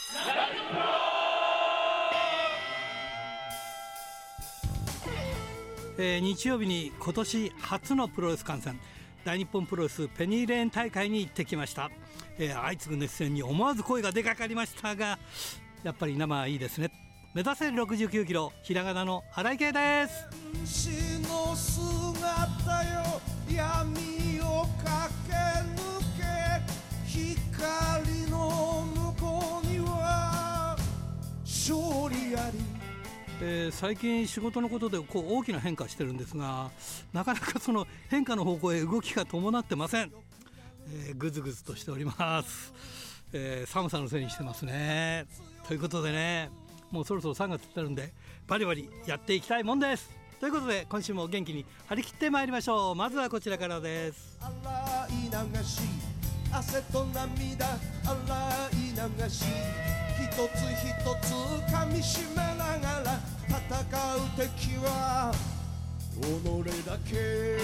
日曜日に今年初のプロレス観戦、大日本プロレスペニーレーン大会に行ってきました。相次ぐ熱戦に思わず声が出かかりましたが、やっぱり生はいいですね。目指せ69キロ、ひらがなの荒井圭です。 天使の姿よ、闇を駆け抜け、光の向こうには勝利あり。 最近仕事のことで大きな変化してるんですが、なかなかその変化の方向へ動きが伴ってません。ぐずぐずとしております。寒さのせいにしてますね。ということでね、もうそろそろ3月になるんでバリバリやっていきたいもんです。ということで今週も元気に張り切ってまいりましょう。まずはこちらからです。 洗い流し汗と涙、洗い流し一つ一つ噛みしめながら戦う敵は己だけ。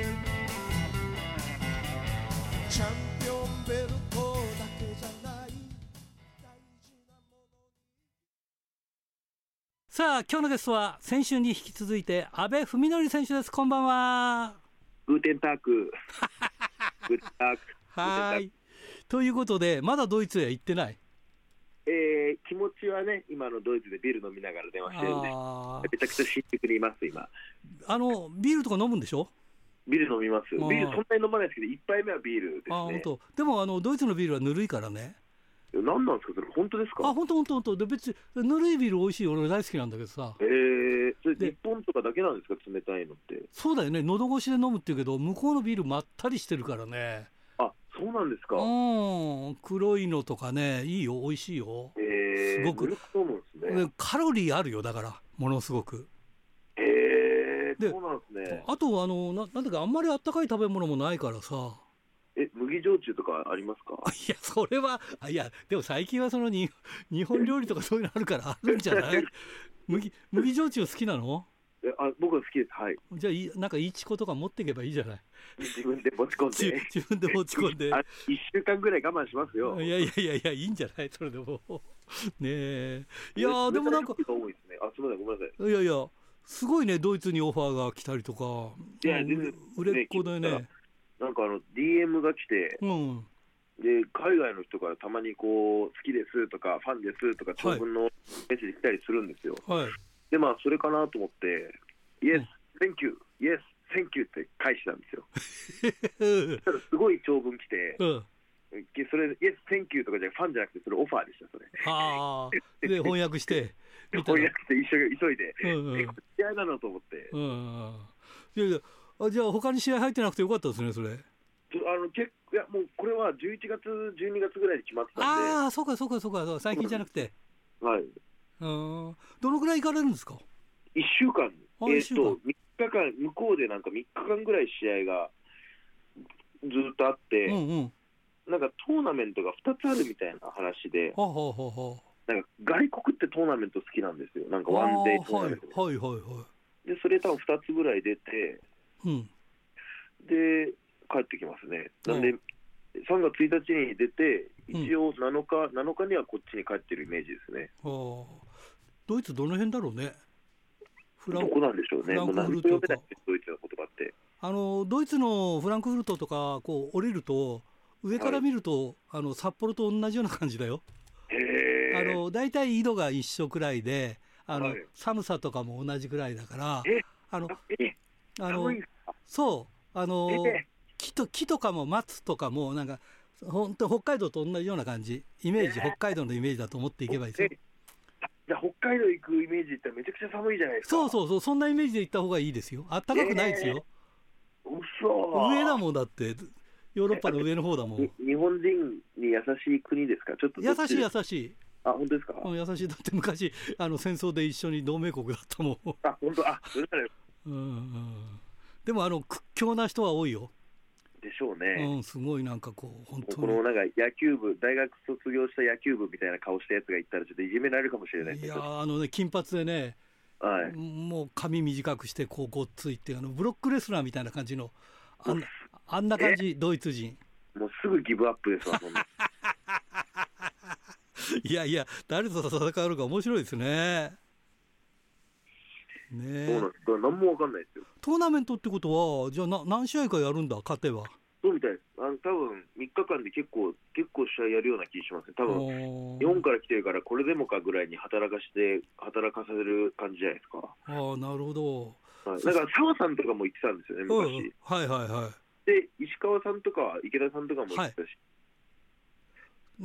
チャンピオンベルトだけじゃない、大事なものに。 さあ今日のゲストは先週に引き続いて阿部文則選手です。こんばんは。 グーテンタークグーテンタークはい。ということでまだドイツへ行ってない。 気持ちはね、今のドイツでビール飲みながら電話してるんで、めちゃくちゃ新宿にいます今。 ビールとか飲むんでしょ。 ビール飲みます。ビールそんなに飲まないですけど、1杯目はビールですね。 本当。でもドイツのビールはぬるいからね。 何なんですかそれ、本当ですか。 本当で、別にぬるいビール美味しい、俺大好きなんだけどさ。 それ日本とかだけなんですか、冷たいのって。 そうだよね、喉越しで飲むっていうけど、向こうのビールまったりしてるからね。 そうなんですか。 黒いのとかね、いいよ、美味しいよ。すごく飲むんですね。 カロリーあるよ、だからものすごく。 そうなんですね。 あとなんだかあんまりあったかい食べ物もないからさ。 麦焼酎とかありますか。 いやそれはいやでも最近はその日本料理とかそういうのあるからあるんじゃない麦焼酎好きなの。 僕は好きです。はい。 じゃあなんかいちことか持っていけばいいじゃない。 自分で持ち込んで自分で持ち込んで 1週間ぐらい我慢しますよ。 いやいいんじゃない、それでもねえ。いやでもなんか多いですね。すみません、ごめんなさい。 いやすごいね、ドイツにオファーが来たりとか。 いや全然売れっ子だよね。 なんかDM が来て、で海外の人からたまに好きですとかファンですとか長文のメッセージ来たりするんですよ。でそれかなと思ってYes, thank you, Yes, thank you って返したんですよ。ただすごい長文来て、それ Yes, thank you とかじゃファンじゃなくてそれオファーでした。それで翻訳して急いでこっちなのと思って。 じゃあ他に試合入ってなくてよかったですね、それ。 いやもうこれは11月12月ぐらいに決まってたんで。 そうか最近じゃなくて。 はい。 どのぐらい行かれるんですか。 1週間。 3日間向こうでなんか3日間ぐらい試合がずっとあって、なんかトーナメントが2つあるみたいな話で、なんか外国ってトーナメント好きなんですよ。なんかワンデートーナメントで、それ多分2つぐらい出て、で帰ってきますね。なんで3月1日に出て、一応7日にはこっちに帰ってるイメージですね。 ドイツどの辺だろうね。 どこなんでしょうね。もう何も読めないです、ドイツの言葉って。 ドイツのフランクフルトとか降りると上から見ると、札幌と同じような感じだよ。だいたい緯度が一緒くらいで、寒さとかも同じくらいだから、そう木とかも松とかもなんか本当北海道と同じような感じ、イメージ、北海道のイメージだと思っていけばいいですよ。 じゃあ北海道行くイメージで言ったらめちゃくちゃ寒いじゃないですか。 そんなイメージで行った方がいいですよ。あったかくないですよ。上だもん、だってヨーロッパの上の方だもん。 日本人に優しい国ですか。ちょっと優しい。 本当ですか。 優しい。だって昔戦争で一緒に同盟国だったもん。 本当。それならでも屈強な人は多いよ。 でしょうね。 すごいなんか本当になんか野球部、大学卒業した野球部みたいな顔したやつがいったらちょっといじめられるかもしれない。 いや金髪でね、もう髪短くしてごっついってブロックレスラーみたいな感じのあんな感じ、ドイツ人。 もうすぐギブアップですわ。そんないやいや、誰と戦うのか面白いですね。ね、 そうなんです。何も分かんないですよ。 トーナメントってことは、じゃあ何試合かやるんだ、勝てば。 そうみたいです。多分3日間で結構試合やるような気しますね。多分日本から来てるから、これでもかぐらいに働かさせる感じじゃないですか。 ああ、なるほど。 はい、だから澤さんとかも言ってたんですよね、昔。 はいはいはい。 で、石川さんとか池田さんとかも言ってたし、はい、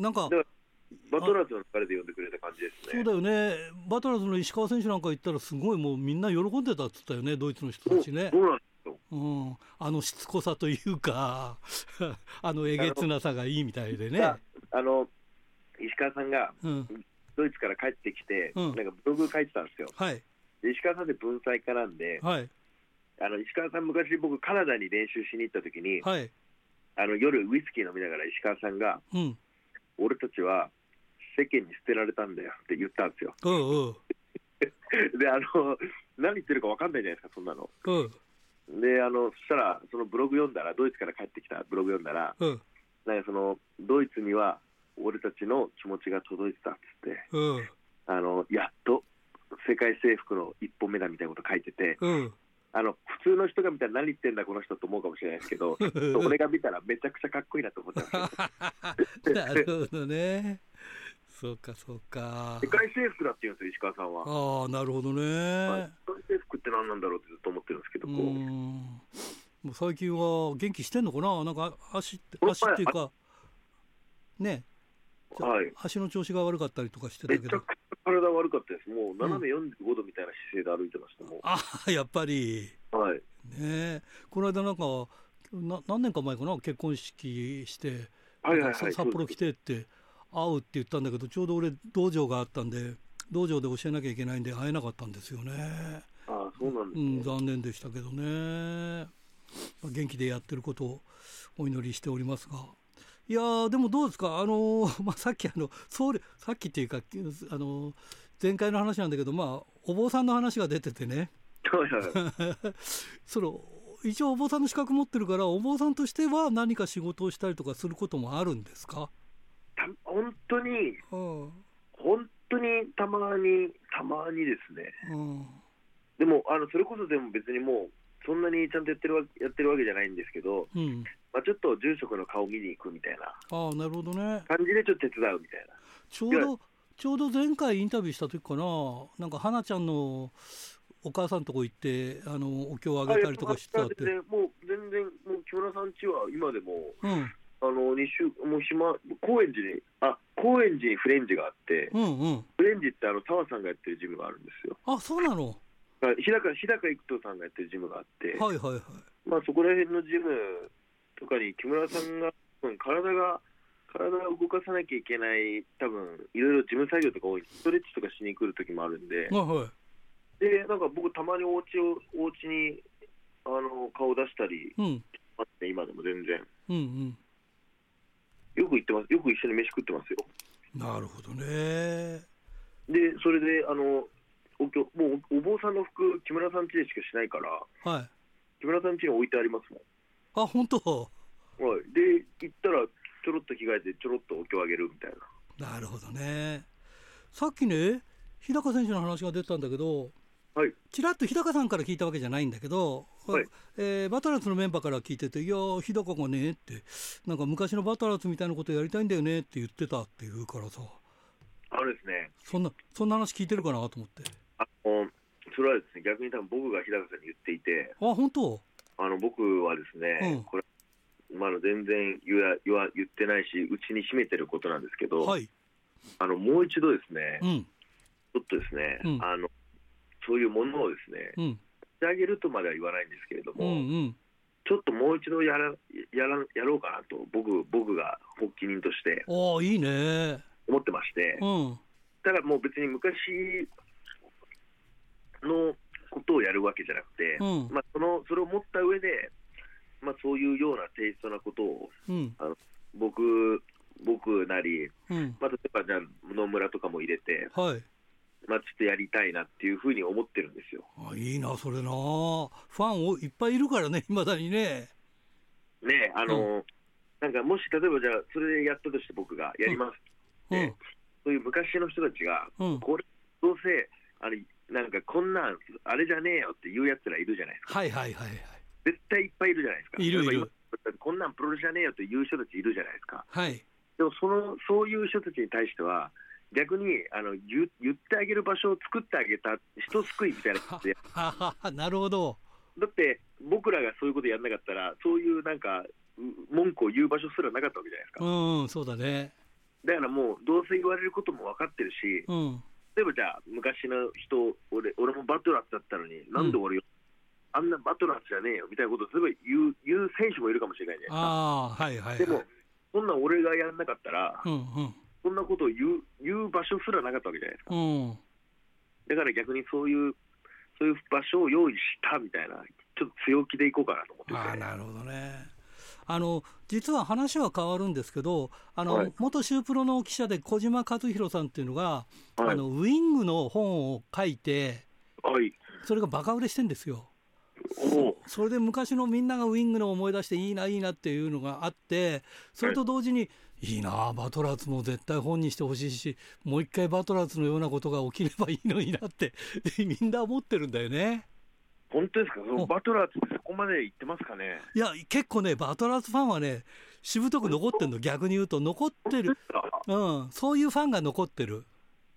なんかバトラーズの流れで呼んでくれた感じですね。 そうだよね。バトラーズの石川選手なんか言ったら、すごいもうみんな喜んでたって言ったよね、ドイツの人たちね。 そうなんですよ。 しつこさというかえげつなさがいいみたいでね。 石川さんがドイツから帰ってきて、なんかブログ書いてたんですよ。 はい。 で石川さんって文才家なんで、 はい、 石川さん昔僕カナダに練習しに行った時に、 はい、 夜ウイスキー飲みながら石川さんが、俺たちは世間に捨てられたんだよって言ったんですよ。で何言ってるか分かんないじゃないですか、そんなの。でそしたらそのブログ読んだら、ドイツから帰ってきたブログ読んだら、なんかそのドイツには俺たちの気持ちが届いてたっつって、やっと世界征服の一歩目だみたいなこと書いてて、普通の人が見たら何言ってんだこの人と思うかもしれないですけど俺が見たらめちゃくちゃかっこいいなと思ってましたなるほどね。そうかそうか。 世界征服だって言うんですよ、石川さんは。 ああ、なるほどね。 世界征服って何なんだろうってずっと思ってるんですけど、 もう最近は元気してんのかな。なんか足っていうかね、はい、足の調子が悪かったりとかしてたけど、 めちゃくちゃ体悪かったです。もう斜め45度みたいな姿勢で歩いてました。もうやっぱり、 はい、 ね、この間なんか何年か前かな、結婚式して、札幌来てって会うって言ったんだけど、ちょうど俺道場があったんで、道場で教えなきゃいけないんで会えなかったんですよね。 そうなんですね。 残念でしたけどね。元気でやってることをお祈りしておりますが、いやでもどうですか、さっきさっきっていうか前回の話なんだけど、お坊さんの話が出ててね一応お坊さんの資格持ってるから、お坊さんとしては何か仕事をしたりとかすることもあるんですか？ 本当にたまにですね。でもそれこそでも別にもうそんなにちゃんとやってるわけじゃないんですけど、ちょっと住職の顔見に行くみたいな、 なるほね、 感じでちょっと手伝うみたいな。 ちょうど前回インタビューした時かな、なんか花ちゃんのお母さんとこ行ってお経をあげたりとかしてたって。 もう全然もう木村さん家は今でも、もう高円寺にフレンジがあって、フレンジって澤さんがやってるジムがあるんですよ。 そうなの。 日高育人さんがやってるジムがあって、そこら辺のジムとかに木村さんが体を動かさなきゃいけない、多分いろいろ事務作業とか多い、ストレッチとかしに来る時もあるんで、でなんか僕たまにお家に顔出したり、今でも全然、よく行ってます。よく一緒に飯食ってますよ。 なるほどね。 でそれでもうお坊さんの服木村さん家でしかしないから、木村さん家に置いてありますもん。 本当。 で行ったらちょろっと着替えてちょろっとお経あげるみたいな。 なるほどね。さっきね、日高選手の話が出たんだけど、ちらっと日高さんから聞いたわけじゃないんだけど、バトラーズのメンバーから聞いてて、いや日高がねって、なんか昔のバトラーズみたいなことやりたいんだよねって言ってたって言うからさ。 ですね。 そんな話聞いてるかなと思って。 それはですね、逆に多分僕が日高さんに言っていて。 本当？ 僕はですね、これ全然言ってないし、うちに秘めてることなんですけど、もう一度ですね、ちょっとですね、そういうものをですね、仕上げるとまでは言わないんですけれども、ちょっともう一度やろうかなと、僕が発起人としていいね思ってまして、ただもう別に昔のことをやるわけじゃなくて、それを持った上で、そういうようなテイストなことを、僕なり、例えばじゃあ野村とかも入れて、ちょっとやりたいなっていうふうに思ってるんですよ。 いいなそれな。ファンいっぱいいるからね、未だにね。 なんかもし例えばじゃあそれでやったとして僕がやりますって、 そういう昔の人たちが、 うん、 これどうせなんかこんなんあれじゃねえよっていうやつらいるじゃないですか。 はいはいはいはい。 絶対いっぱいいるじゃないですか。 いるいる。 こんなんプロレスじゃねえよっていう人たちいるじゃないですか。 はい。 でもそういう人たちに対しては逆に言ってあげる場所を作ってあげた人救いみたいな感じでなるほど。 だって僕らがそういうことやんなかったらそういうなんか文句を言う場所すらなかったわけじゃないですか。 うん、そうだね。 だからもうどうせ言われることも分かってるし、 うん、 例えばじゃあ昔の人俺もバトラーズだったのに、なんで俺あんなバトラーズじゃねえよみたいなことをすごい言う選手もいるかもしれないじゃないですか。 はいはいはい。 でもそんな俺がやんなかったら、 うんうん、 そんなことを言う場所すらなかったわけじゃないですか。 うん、 だから逆にそういう場所を用意したみたいな、ちょっと強気でいこうかなと思ってて。 なるほどね。実は話は変わるんですけど、 はい、 元シュープロの記者で小島和弘さんっていうのが、 はい、 ウィングの本を書いて、 はい、 それがバカ売れしてんですよ。それで昔のみんながウィングの思い出していいないいなっていうのがあって、それと同時に、いいなバトラーズも絶対本にしてほしいし、もう一回バトラーズのようなことが起きればいいのになってみんな思ってるんだよね。 本当ですか。バトラーズってそこまで言ってますかね。 いや結構ね、バトラーズファンはねしぶとく残ってるの。逆に言うと残ってる、うん、そういうファンが残ってる。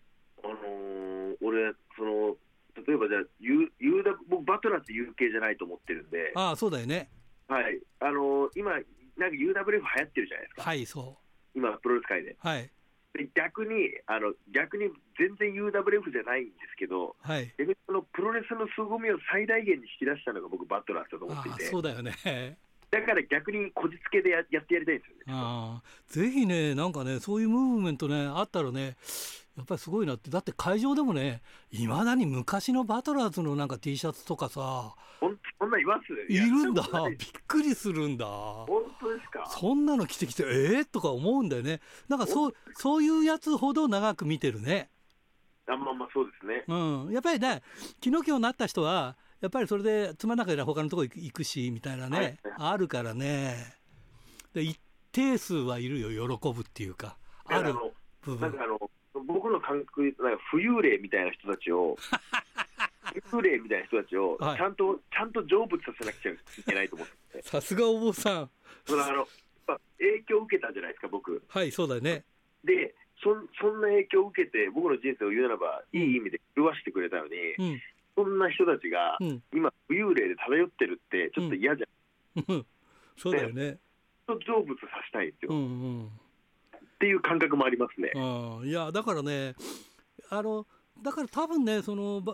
俺例えばじゃあ僕バトラーって UK じゃないと思ってるんで。 そうだよね。 はい、今なんか UWF 流行ってるじゃないですか。 はい、そう今プロレス界で。 はい。 で逆に全然 UWF じゃないんですけど、 はい、 逆にそのプロレスの凄みを最大限に引き出したのが僕バトラーだと思っていて。 そうだよね。 だから逆にこじつけでやってやりたいんですよね。 ぜひね、なんかね、そういうムーブメントねあったらね、やっぱりすごいなって。だって会場でもね、いまだに昔のバトラーズのなんか T シャツとかさ、 そんないます？ いるんだ。びっくりするんだ。 本当ですか？ そんなの着てきてとか思うんだよね。なんかそういうやつほど長く見てるね。 まあそうですね。 うん、やっぱりね、昨日今日なった人はやっぱりそれでつまんなければ他のとこ行くしみたいなね、はい、あるからね。で一定数はいるよ、喜ぶっていうか、ある部分。 なんか僕の感覚でなんか浮遊霊みたいな人たちを浮遊霊みたいな人たちをちゃんと成仏させなくちゃいけないと思って。 さすがお坊さん。 影響を受けたじゃないですか、僕。 はい、そうだよね。 でそんな影響を受けて僕の人生を言うならば、いい意味で狂わしてくれたのに、そんな人たちが今浮遊霊で漂ってるってちょっと嫌じゃん。 そうだよね。 成仏させたいんですよ、っていう感覚もありますね。 いやだからね、だから多分ね、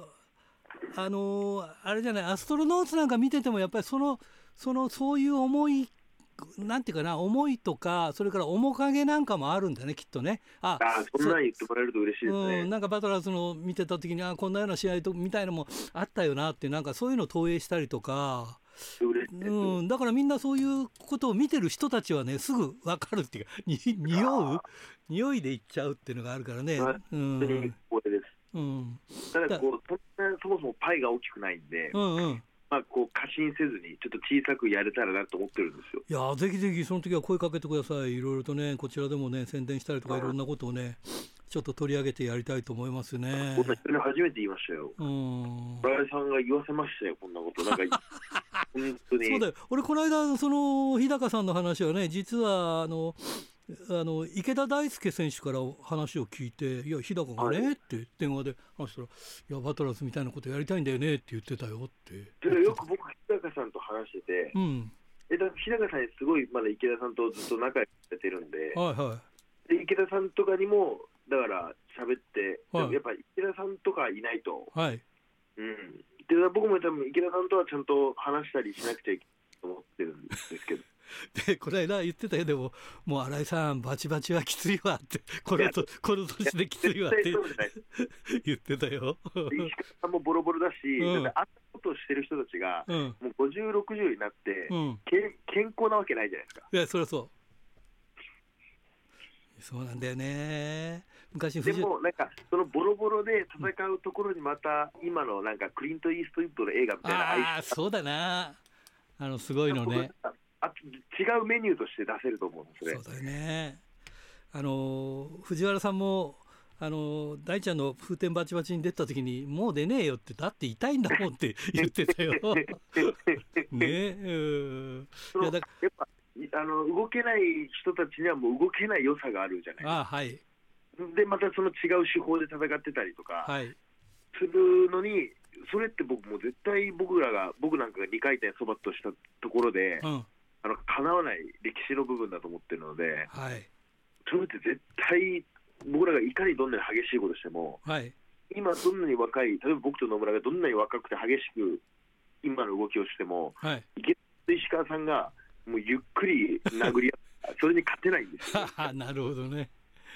あれじゃない、アストロノーツなんか見ててもやっぱりそういう思い、なんていうかな、思いとか、それから面影なんかもあるんだね、きっとね。 そんなに言ってもらえると嬉しいですね。 なんかバトラーズの見てた時にこんなような試合みたいなのもあったよなって、なんかそういうのを投影したりとか。だからみんなそういうことを見てる人たちはね、すぐ分かるっていうか、匂いでいっちゃうっていうのがあるからね。 本当に光栄です。ただそもそもパイが大きくないんで、過信せずにちょっと小さくやれたらなと思ってるんですよ。 いやぜひぜひその時は声かけてください。いろいろとね、こちらでもね宣伝したりとか、いろんなことをねちょっと取り上げてやりたいと思いますね。 初めて言いましたよ。村井さんが言わせましたよ、こんなこと。なんか本当にそうだよ。俺この間日高さんの話はね、実は池田大輔選手から話を聞いて、いや日高がねって電話で話したら、いやバトラーズみたいなことやりたいんだよねって言ってたよって。 よく僕日高さんと話してて、日高さんにすごいまだ池田さんとずっと仲良くやってるんで、で池田さんとかにもだから喋って、やっぱり池田さんとかいないと、で僕も多分池田さんとはちゃんと話したりしなくちゃいけないと思ってるんですけど。 でこの間言ってたよ。でももう新井さんバチバチはきついわって、この年できついわって言ってたよ。 石川さんもボロボロだし、だってあんなことをしてる人たちが、もう50、60になって、健康なわけないじゃないですか。 いやそりゃそうなんだよね。昔でもなんかそのボロボロで戦うところにまた今のなんかクリント・イーストウッドの映画みたいな、 そうだな、すごいのね。 違うメニューとして出せると思うんですね。 そうだよね。藤原さんも大ちゃんの風天バチバチに出た時にもう出ねえよって、だって痛いんだもんって言ってたよね。 いやだからやっぱ動けない人たちにはもう動けない良さがあるじゃないですか。 はい、 でまたその違う手法で戦ってたりとかするのに、それって僕も絶対僕なんかが2回転そばっとしたところで、叶わない歴史の部分だと思ってるので、それって絶対僕らがいかにどんなに激しいことしても、今どんなに若い、例えば僕と野村がどんなに若くて激しく今の動きをしても、池田石川さんがもうゆっくり殴り合ってそれに勝てないんですよなるほどね。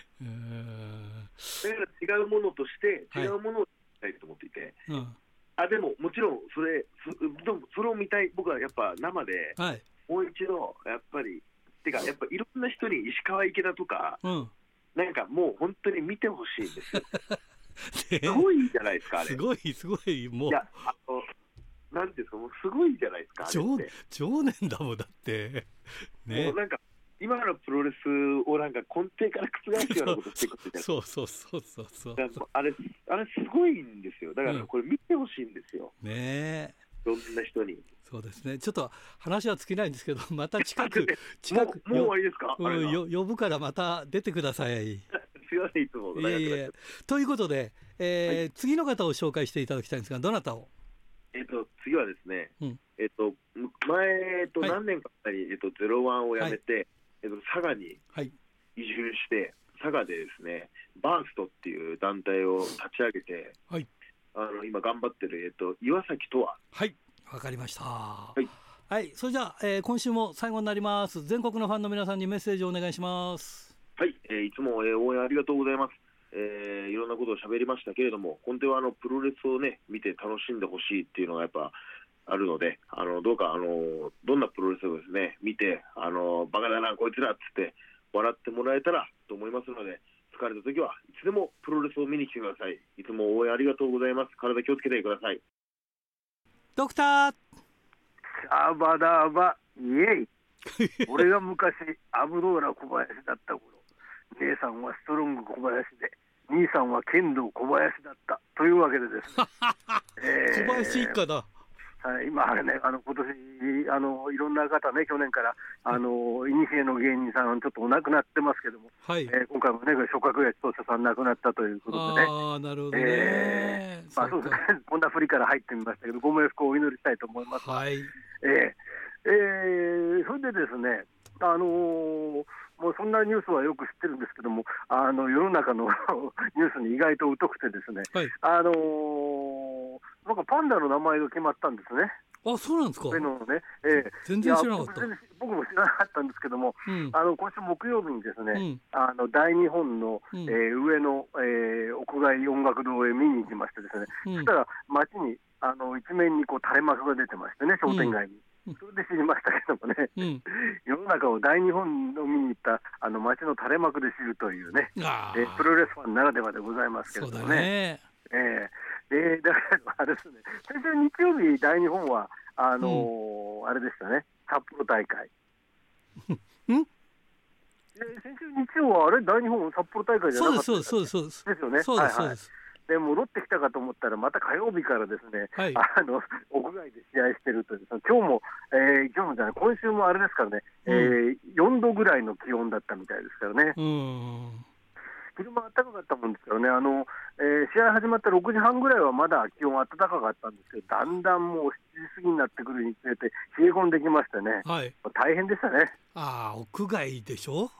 だから違うものとして違うものをしたいと思っていて、でももちろんそれを見たい。僕はやっぱ生で、もう一度やっぱりやっぱいろんな人に石川池田とか、なんかもう本当に見てほしいんですよすごいじゃないですか、あれ。すごいもう。 いやなんていうんですか、もうすごいじゃないですか、 情念だもんだってね。 もうなんか今のプロレスをなんか根底から覆すようなことしていくみたいな。 そうあれすごいんですよ。だからこれ見てほしいんですよ、 ね。 いろんな人に。 そうですね。ちょっと話は尽きないんですけど、また近くもう終わりですか。 呼ぶからまた出てください。 すいません、いつも。 ということで、次の方を紹介していただきたいんですが、どなたを？ 次はですね、前何年か前に01をやめて、佐賀に移住して、佐賀でですねバーストっていう団体を立ち上げて、今頑張ってる岩崎とは。 わかりました。それじゃあ、今週も最後になります。全国のファンの皆さんにメッセージをお願いします。 いつも応援ありがとうございます。いろんなことを喋りましたけれども、本当はプロレスをね見て楽しんでほしいっていうのがやっぱあるので、どうかどんなプロレスをですね見てバカだなこいつらっつって笑ってもらえたらと思いますので、疲れた時はいつでもプロレスを見に来てください。いつも応援ありがとうございます。体気をつけてください。 ドクターアバダーバイエイ俺が昔アブドーラ小林だった頃、姉さんはストロング小林で兄さんは剣道小林だったというわけでですね小林一家だ。 今ね、今年いろんな方ね、去年からいにしえの芸人さんちょっとお亡くなってますけども、今回もね松角屋千歳さん亡くなったということでね。 なるほどね。 そうですね。こんな振りから入ってみましたけど、ご冥福をお祈りしたいと思います。それでですね、もうそんなニュースはよく知ってるんですけども、世の中のニュースに意外と疎くてですね、なんかパンダの名前が決まったんですね。 そうなんですか。全然知らなかった。 僕も知らなかったんですけども、今週木曜日にですね、大日本の、上の、屋外音楽堂へ見に行きましてですね、そしたら街に一面にこう垂れ幕が出てましてね、商店街に。それで知りましたけどもね、世の中を大日本を見に行った街の垂れ幕で知るというね、プロレスファンならではでございますけれどもね。だからあれですね、先週日曜日大日本はあれでしたね、札幌大会先週日曜はあれ大日本札幌大会じゃなかったですよね。で戻ってきたかと思ったらまた火曜日からですね、屋外で試合してるという、今日もじゃない、今週もあれですからね、4度ぐらいの気温だったみたいですからね。昼間暖かかったもんですからね、試合始まった6時半ぐらいはまだ気温暖かかったんですけど、だんだんもう7時過ぎになってくるにつれて冷え込んできましてね、大変でしたね。 屋外でしょ。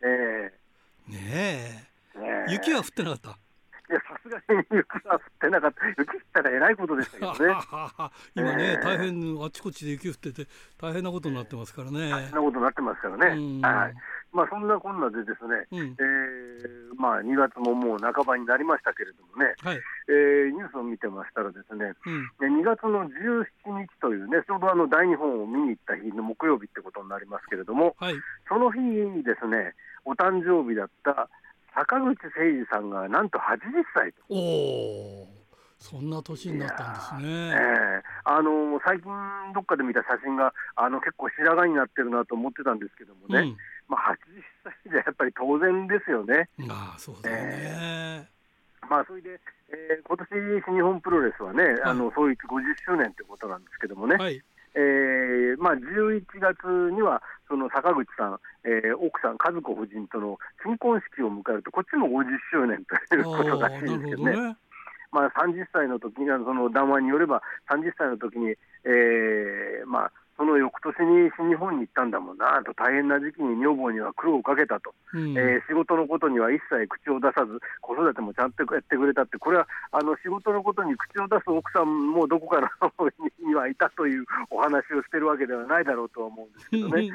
雪は降ってなかった。 いや、さすがに雪は降ってなかった。雪降ったらえらいことでしたけどね。 今ね、大変あちこちで雪降ってて大変なことになってますからね。 大変なことになってますからね。そんなこんなでですね、2月ももう半ばになりましたけれどもね、ニュースを見てましたらですね、2月の17日というね、ちょうど大日本を見に行った日の木曜日ってことになりますけれども、その日にですね、お誕生日だった坂口誠二さんがなんと80歳と。 そんな年になったんですね。 最近どっかで見た写真が結構白髪になってるなと思ってたんですけどもね、80歳でやっぱり当然ですよね。 そうだよね。 それで、今年新日本プロレスはね、創立50周年ということなんですけどもね、 はい、 11月にはその坂口さん、奥さん和子夫人との金婚式を迎えると、こっちも50周年ということらしいですけどね。30歳の時にその談話によれば、30歳の時に、その翌年に新日本に行ったんだもんなと、大変な時期に女房には苦労をかけたと、仕事のことには一切口を出さず、子育てもちゃんとやってくれたって、これは仕事のことに口を出す奥さんもどこかの方にはいたというお話をしてるわけではないだろうとは思うんですけどね。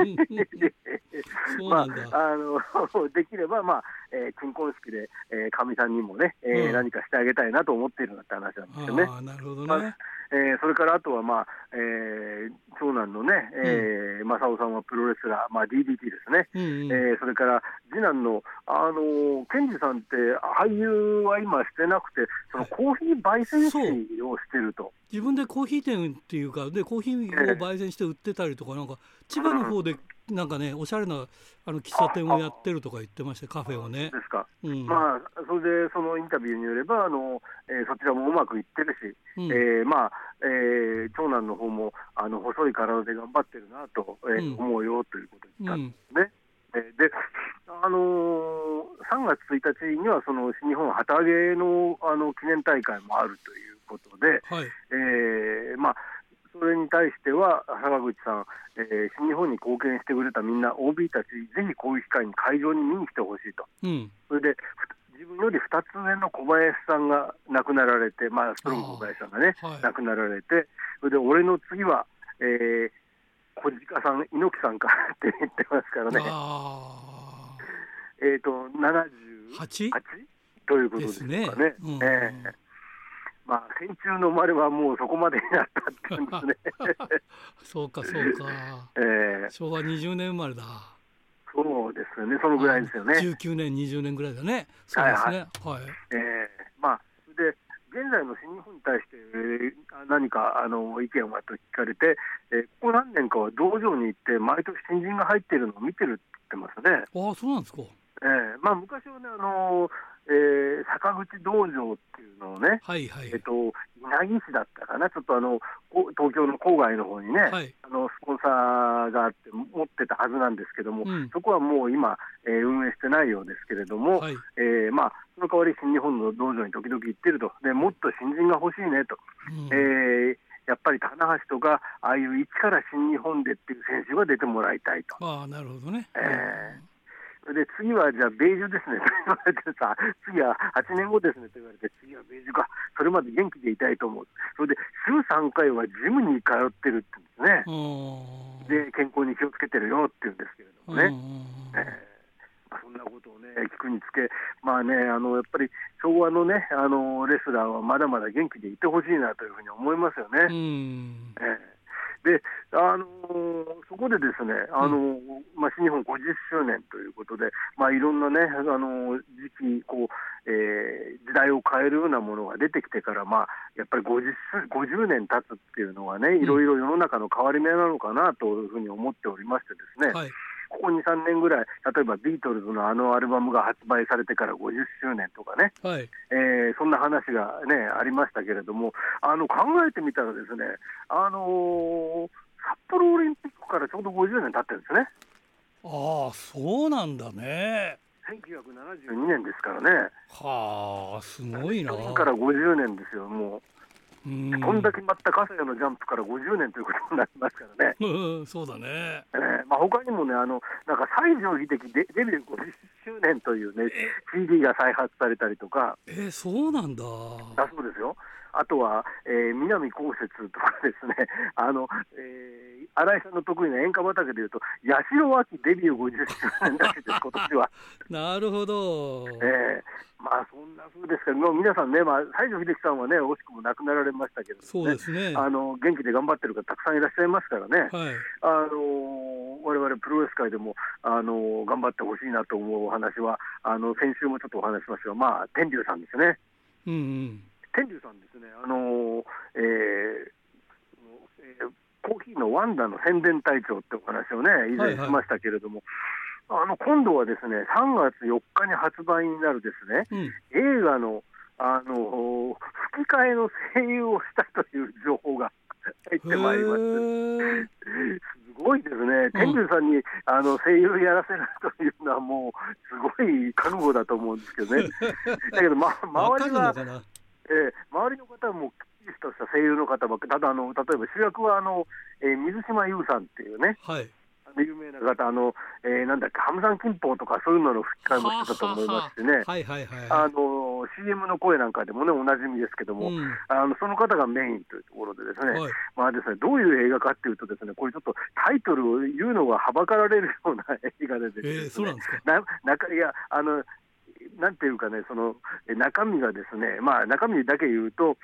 できれば、金婚式でかみさんにもね、何かしてあげたいなと思っているなって話なんですよね。 なるほどね。 それからあとは、長男のね、正雄さんはプロレスラー、DDT ですね、それから次男の健二さんって俳優は今してなくて、そのコーヒー焙煎師をしてると。 自分でコーヒー店っていうかでコーヒーを焙煎して売ってたりとか、なんか千葉の方でなんかね、おしゃれな喫茶店をやってるとか言ってました、カフェをね。 ですか。それでそのインタビューによればそちらもうまくいってるし、長男の方も細い体で頑張ってるなと、思うよということを言ったんですね。で3月1日にはその新日本旗揚げの記念大会もあるということで、それに対しては坂口さん、新日本に貢献してくれたみんな OB たち、ぜひこういう機会に会場に見に来てほしいと、それで自分より2つ上の小林さんが亡くなられて、ストロング小林さんがね、亡くなられて、それで俺の次は、小鹿さん、猪木さんかって言ってますからね。78ということですかね。戦中の生まれはもうそこまでになったっていうんですね。 そうか昭和20年生まれだ。 そうですよね、そのぐらいですよね。 19年20年ぐらいだね。そうですね。 で現在の新日本に対して何か意見はと聞かれて、ここ何年かは道場に行って毎年新人が入っているのを見てるって言ってますね。 そうなんですか。 昔はね坂口道場っていうのをね、稲城市だったかな、ちょっと東京の郊外の方にね、スポンサーがあって持ってたはずなんですけども、そこはもう今、運営してないようですけれども、その代わり新日本の道場に時々行ってると。でもっと新人が欲しいねと、やっぱり棚橋とかああいう一から新日本でっていう選手が出てもらいたいと。 なるほどね。 で次はじゃあ米寿ですねと言われてさ、次は8年後ですねと言われて、次は米寿か、それまで元気でいたいと思う。それで週3回はジムに通ってるって言うんですね。で健康に気をつけてるよって言うんですけれどもね。そんなことをね聞くにつけ、やっぱり昭和のねレスラーはまだまだ元気でいてほしいなというふうに思いますよね。でそこでですね、新日本50周年ということで、いろんなね時期時代を変えるようなものが出てきてから、やっぱり50年経つっていうのはね、いろいろ世の中の変わり目なのかなというふうに思っておりましてですね、ここ 2,3 年ぐらい、例えばビートルズのアルバムが発売されてから50周年とかね、そんな話が、ありましたけれども、考えてみたらですね、札幌オリンピックからちょうど50年経ってるんですね。 そうなんだね。 1972年ですからね。 すごいな。 それから50年ですよ、もう。こんだけまった笠谷のジャンプから50年ということになりますからね。 そうだね。 他にもね、なんか西城秀樹デビュー50周年というね CD が再発されたりとか。 そうなんだ。 そうですよ。あとは、南こうせつとかですね、新井さんの得意な演歌畑でいうと八代亜紀デビュー50周年らしいです今年は。 なるほど。 そんな風ですけど、皆さんね、西城秀樹さんはね惜しくも亡くなられましたけど、 そうですね、 元気で頑張ってる方たくさんいらっしゃいますからね、我々プロレス界でも頑張ってほしいなと思うお話は先週もちょっとお話しましたが、天竜さんですね。天竜さんですね、コーヒーのワンダの宣伝隊長ってお話をね以前しましたけれども、 今度はですね、3月4日に発売になるですね、映画の、吹き替えの声優をしたという情報が入ってまいります。すごいですね、天竜さんに声優やらせるというのはもうすごい覚悟だと思うんですけどね。だけど、周りは、周りの方はもうきっちりとした声優の方ばっかり、ただ例えば主役は水島優さんっていうね、 はい、 有名な方、なんだっけ、ハムサンキンポとかそういうのの吹き替えもしてたと思いますしね、CM の声なんかでもね、おなじみですけども、その方がメインというところでですね、ですね、どういう映画かっていうとですね、これちょっとタイトルを言うのがはばかられるような映画でですね、 そうなんですか。 いやなんていうかね、その中身がですね、中身だけ言うと、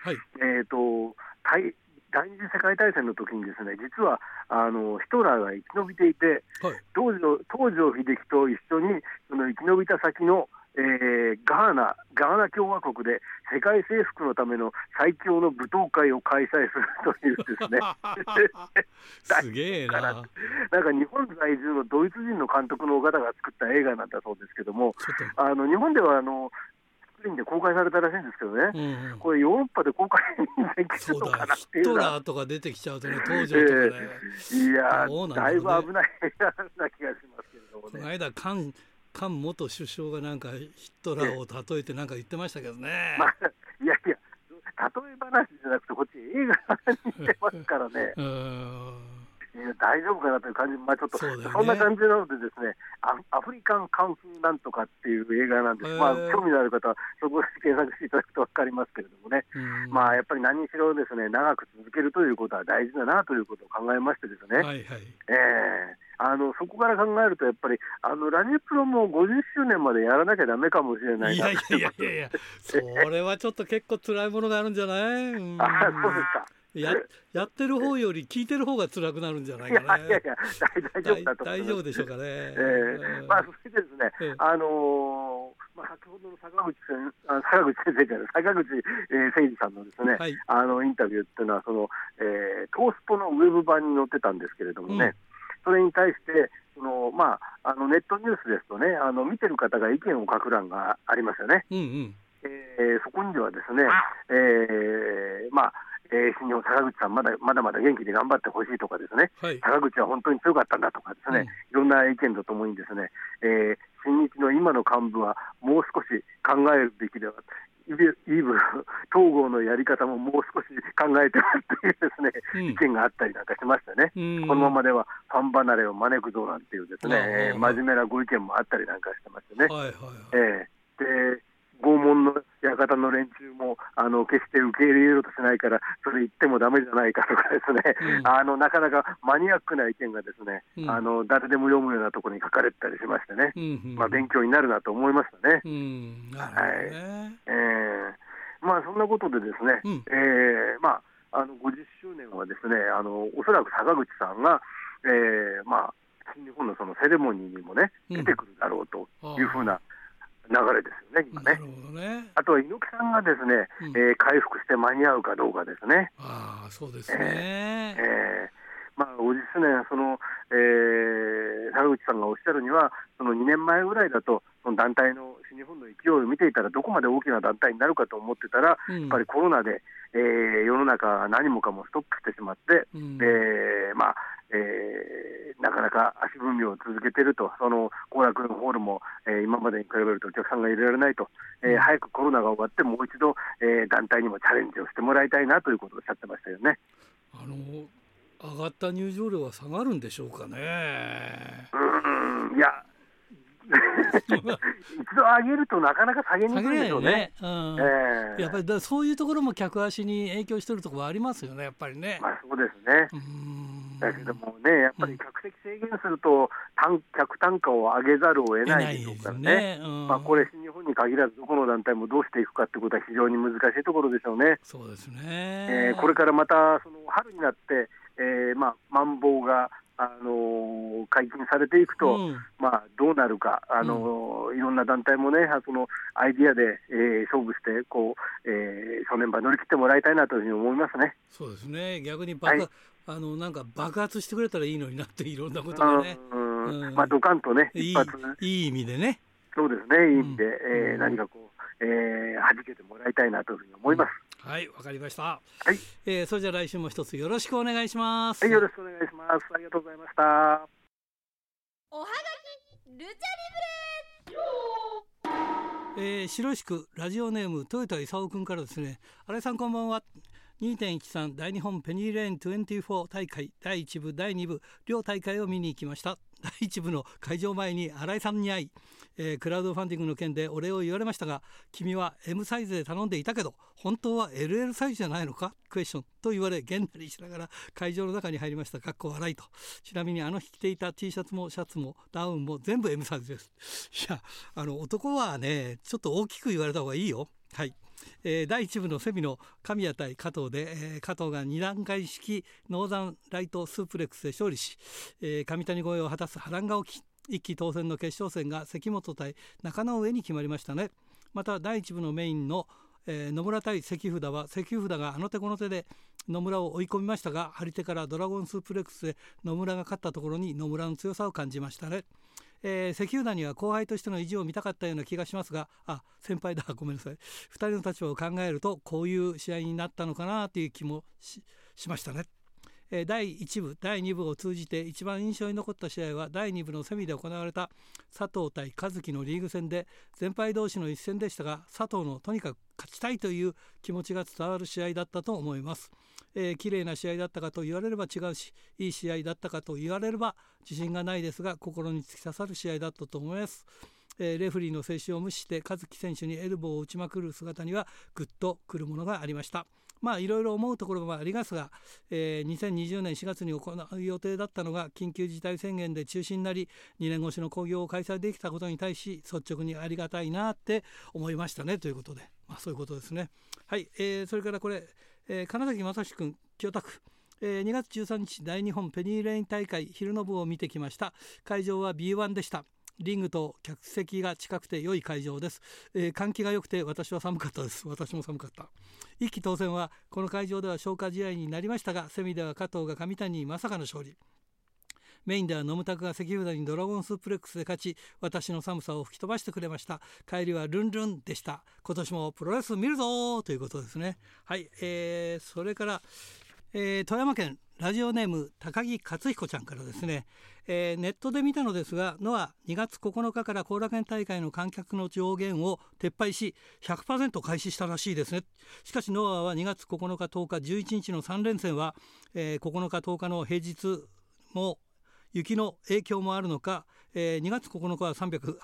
第二次世界大戦の時にですね、実はヒトラーが生き延びていて、東条英機と一緒にその生き延びた先のガーナ共和国で世界征服のための最強の舞踏会を開催するというですねすげえな。 なんか日本在住のドイツ人の監督の方が作った映画なんだそうですけども、日本ではスクリーンで公開されたらしいんですけどね、これヨーロッパで公開できるのかなっていうのは、 ヒトラーとか出てきちゃうとね、東条とかね、 いやだいぶ危ない映画な気がしますけれどもね。 この間菅元首相がなんかヒトラーを例えてなんか言ってましたけどね。 いや例え話じゃなくてこっち映画にしてますからね。大丈夫かなという感じ、ちょっと そんな感じなのでですね、アフリカンカンフーなんとかっていう映画なんです。興味のある方はそこで検索していただくと分かりますけれどもね、やっぱり何にしろですね、長く続けるということは大事だなということを考えましてですね、そこから考えるとやっぱりラジプロも50周年までやらなきゃダメかもしれないな。 いやそれはちょっと結構辛いものがあるんじゃない？ そうですか。 やってる方より聞いてる方が辛くなるんじゃないかね。 いや大丈夫だと思います。 大丈夫でしょうかね。 それでですね、先ほどの坂口先生から坂口誠二さんのですね、インタビューっていうのはトースポのウェブ版に載ってたんですけれどもね、それに対してネットニュースですとね、見てる方が意見を書く欄がありますよね。そこにではですね、新日本坂口さんまだ元気で頑張ってほしいとかですね、坂口は本当に強かったんだとかですね、いろんな意見とともにですね、新日の今の幹部はもう少し考えるべきでは、イーブ統合のやり方ももう少し考えてはというですね、意見があったりなんかしましたね。このままではファン離れを招くぞなんていうですね、真面目なご意見もあったりなんかしてましてね。で拷問の館の連中も決して受け入れようとしないからそれ言ってもダメじゃないかとかですね、なかなかマニアックな意見がですね、誰でも読むようなところに書かれてたりしましてね、勉強になるなと思いましたね。そんなことでですね、50周年はですね、おそらく坂口さんが、新日本のそのセレモニーにもね出てくるだろうというふうな流れですよね、今ね。あとは猪木さんがですね、回復して間に合うかどうかですね。 そうですね。 50周年、坂口さんがおっしゃるには、その2年前ぐらいだと、その団体の新日本の勢いを見ていたら、どこまで大きな団体になるかと思ってたら、やっぱりコロナで、世の中、何もかもストップしてしまって、なかなか足踏みを続けていると、その後楽園ホールも、今までに比べるとお客さんが入れられないと、早くコロナが終わって、もう一度、団体にもチャレンジをしてもらいたいなということをおっしゃってましたよね。 上がった入場料は下がるんでしょうかね。 いや一度上げるとなかなか下げにくいでしょうね。 やっぱりそういうところも客足に影響しているところはありますよね、やっぱりね。 そうですね。だけどもね、やっぱり客席制限すると客単価を上げざるを得ないでしょうからね。これ新日本に限らずどこの団体もどうしていくかってことは非常に難しいところでしょうね。 そうですね。 これからまたその春になってマンボウが解禁されていくと、どうなるか、いろんな団体もね、そのアイディアで、勝負して正念場乗り切ってもらいたいなというふうに思いますね。 そうですね。逆になんか爆発してくれたらいいのになって、いろんなことがね。 ドカンとね、一発いい意味でね。 そうですね、いい意味で、何かこう、弾けてもらいたいなというふうに思います。 はい、わかりました。 はい、 それじゃあ来週も一つよろしくお願いします。 はい、よろしくお願いします。ありがとうございました。 おはがきルチャリブレ白石区ラジオネーム豊田勲君からですね、新井さんこんばんは。2.13 大日本ペニーレーン24大会第1部第2部両大会を見に行きました。第1部の会場前に新井さんに会い、クラウドファンディングの件でお礼を言われましたが、君は M サイズで頼んでいたけど本当は LL サイズじゃないのかクエスチョンと言われ、げんなりしながら会場の中に入りました。かっこ笑いと。ちなみにあの日着ていた T シャツもシャツもダウンも全部 M サイズです。いや、男はねちょっと大きく言われた方がいいよ。はい。第1部のセミの神谷対加藤で、加藤が2段階式ノーザンライトスープレックスで勝利し、上谷越えを果たす波乱が起き、一期当選の決勝戦が関本対中野上に決まりましたね。また第1部のメインの、野村対関札は関札があの手この手で野村を追い込みましたが、張り手からドラゴンスープレックスで野村が勝ったところに野村の強さを感じましたね。関札には後輩としての意地を見たかったような気がしますが、先輩だ、ごめんなさい。2人の立場を考えるとこういう試合になったのかなという気も しましたね。第1部第2部を通じて一番印象に残った試合は第2部のセミで行われた佐藤対和樹のリーグ戦で、先輩同士の一戦でしたが、佐藤のとにかく勝ちたいという気持ちが伝わる試合だったと思います。綺麗な試合だったかと言われれば違うし、いい試合だったかと言われれば自信がないですが、心に突き刺さる試合だったと思います。レフェリーの制止を無視して和樹選手にエルボーを打ちまくる姿にはグッとくるものがありました。いろいろ思うところもありますが、2020年4月に行う予定だったのが緊急事態宣言で中止になり、2年越しの興行を開催できたことに対し率直にありがたいなって思いましたねということで、そういうことですね。はい、それからこれ、金崎正史君清田区、2月13日大日本ペニーレイン大会昼の部を見てきました。会場は B1 でした。リングと客席が近くて良い会場です。換気が良くて私は寒かったです。私も寒かった。一期当選はこの会場では消化試合になりましたが、セミでは加藤が上谷にまさかの勝利。メインではノムタクが関札にドラゴンスープレックスで勝ち、私の寒さを吹き飛ばしてくれました。帰りはルンルンでした。今年もプロレス見るぞということですね。はい、それから、富山県ラジオネーム高木克彦ちゃんからですね、ネットで見たのですが、ノア2月9日から後楽園大会の観客の上限を撤廃し 100% 開始したらしいですね。しかしノアは2月9日10日11日の3連戦は、9日10日の平日も雪の影響もあるのか、2月9日は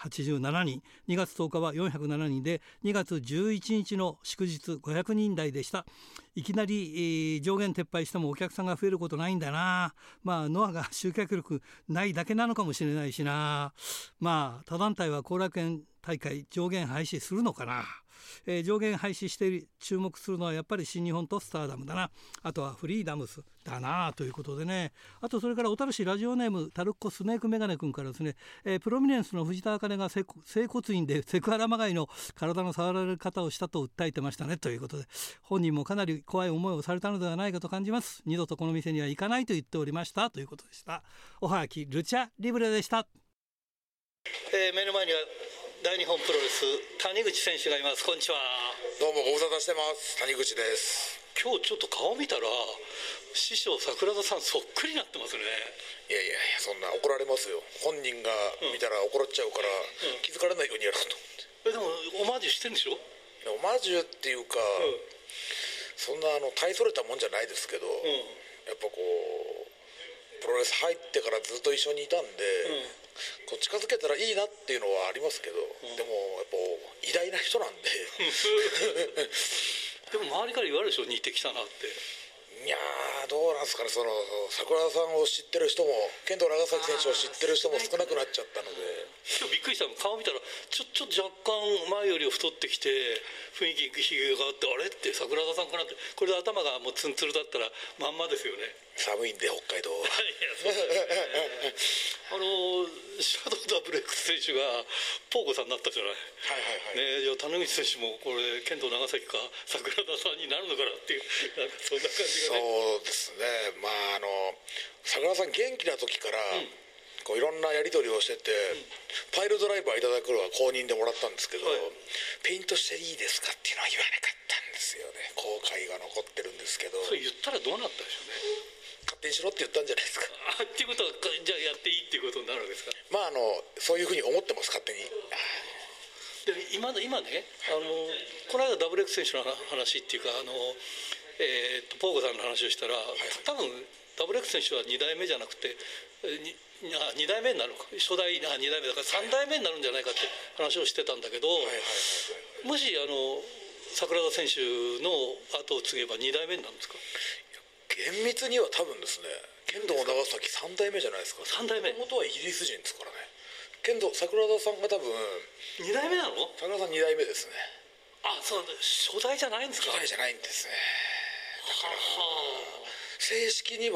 387人、2月10日は407人で、2月11日の祝日500人台でした。いきなり、上限撤廃してもお客さんが増えることないんだな。ノアが集客力ないだけなのかもしれないしな。他団体は後楽園大会上限廃止するのかな。上限廃止して注目するのはやっぱり新日本とスターダムだな。あとはフリーダムスだなということでね。あとそれから小樽市ラジオネームタルッコスネークメガネ君からですね、プロミネンスの藤田茜が整骨院でセクハラまがいの体の触られ方をしたと訴えてましたねということで、本人もかなり怖い思いをされたのではないかと感じます。二度とこの店には行かないと言っておりましたということでした。おはがきルチャリブレでした。目の前には大日本プロレス谷口選手がいます。こんにちは。 どうもご無沙汰してます。谷口です。 今日ちょっと顔見たら師匠桜田さんそっくりになってますね。 いやそんな怒られますよ。本人が見たら怒らっちゃうから、気づかれないようにやろうと思って。 でもオマージュしてるんでしょ。 オマージュっていうか、そんな大それたもんじゃないですけど、やっぱこうプロレス入ってからずっと一緒にいたんで、こう近づけたらいいなっていうのはありますけど、でもやっぱ偉大な人なんででも周りから言われるでしょ、似てきたなって。 いやーどうなんですかね。その桜田さんを知ってる人も剣道長崎選手を知ってる人も少なくなっちゃったので、 今日びっくりしたの、顔見たらちょっと若干前より太ってきて雰囲気ひげがあって、あれって桜田さんかなって。これで頭がもうツンツルだったらまんまですよね。 寒いんで北海道は。 いやそうですねシャドウダブル X 選手がポーコさんになったじゃない。じゃあ谷口選手もこれ剣道長崎か桜田さんになるのかなっていう、なんかそんな感じがね。 そうですね。桜田さん元気な時から、 こういろんなやり取りをしてて、パイルドライバーいただくのは公認でもらったんですけど、ペイントしていいですかっていうのは言わなかったんですよね。後悔が残ってるんですけど。 それ言ったらどうなったでしょうね。 勝手にしろって言ったんじゃないですか。 っていうことはじゃあやっていいっていうことになるわけですか。 そういうふうに思ってます、勝手に。 で今ね、この間ダブル X 選手の話っていうかポーゴさんの話をしたら、多分ダブル X 選手は2代目じゃなくて2代目になるのか、初代2代目だから3代目になるんじゃないかって話をしてたんだけど、もし桜田選手の後を継げば2代目になるんですか。 厳密には多分ですね、剣道長崎3代目じゃないですか。 3代目、 元はイギリス人ですからね。剣道桜田さんが多分 2代目なの。 桜田さん2代目ですね。 そう初代じゃないんですか。 初代じゃないんですね。だから正式には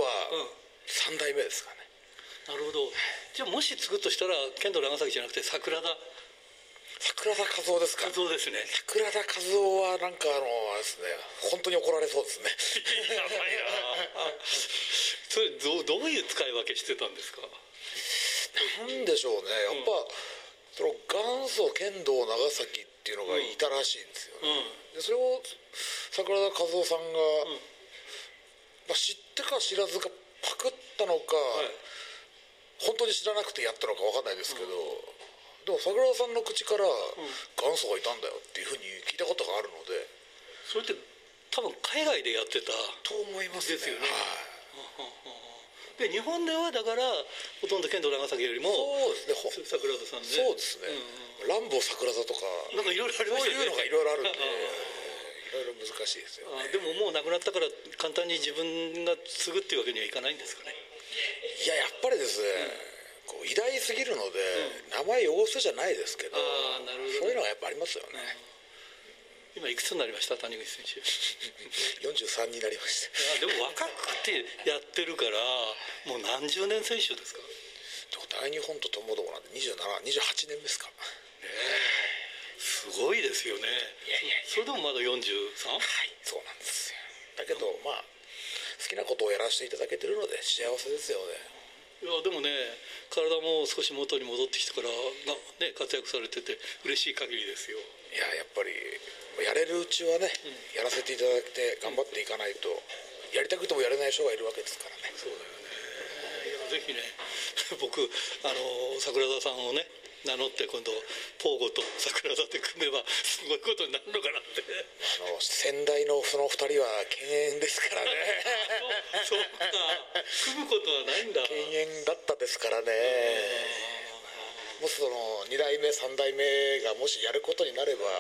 3代目ですかね。 なるほど。じゃあもし継ぐとしたら剣道長崎じゃなくて桜田和夫ですか。 和夫ですね。 桜田和夫はなんかあれですね、本当に怒られそうですね。 やばいな。それどういう使い分けしてたんですか。 なんでしょうね、やっぱ、その元祖剣道長崎っていうのがいたらしいんですよね。でそれを桜田和夫さんが、知ってか知らずかパクったのか、本当に知らなくてやったのか分かんないですけど、でも桜田さんの口から元祖がいたんだよっていうふうに聞いたことがあるので、 それって多分海外でやってたと思いますね。 ですよね。で日本ではだからほとんど剣道長崎よりもそうですね、 桜田さんね。 そうですね、ランボー桜田とかなんかいろいろありましたよね。 そういうのがいろいろあるんでいろいろ難しいですよね。 でももう亡くなったから簡単に自分が継ぐっていうわけにはいかないんですかね。 いや、やっぱりですね、こう偉大すぎるので、名前汚すじゃないですけど、 なるほどね、 そういうのがやっぱありますよね。 今いくつになりました、谷口選手。 43になりました。 でも若くてやってるからもう何十年選手ですか。 大日本とともどもなんで28年ですか。 すごいですよね。それでもまだ 43？ はい、そうなんですよ。だけど好きなことをやらせていただけてるので幸せですよね。 いやでもね、体も少し元に戻ってきてからね、活躍されてて嬉しい限りですよ。 いや、やっぱりやれるうちはね、やらせていただいて頑張っていかないと、やりたくてもやれない人がいるわけですからね。 そうだよね。ぜひね、僕桜田さんをね名乗って今度ポーゴと桜田で組めばすごいことになるのかなって。 先代のその2人は犬猿ですからね。 そうか、組むことはないんだ。 犬猿だったですからね。もしその2代目3代目がもしやることになれば、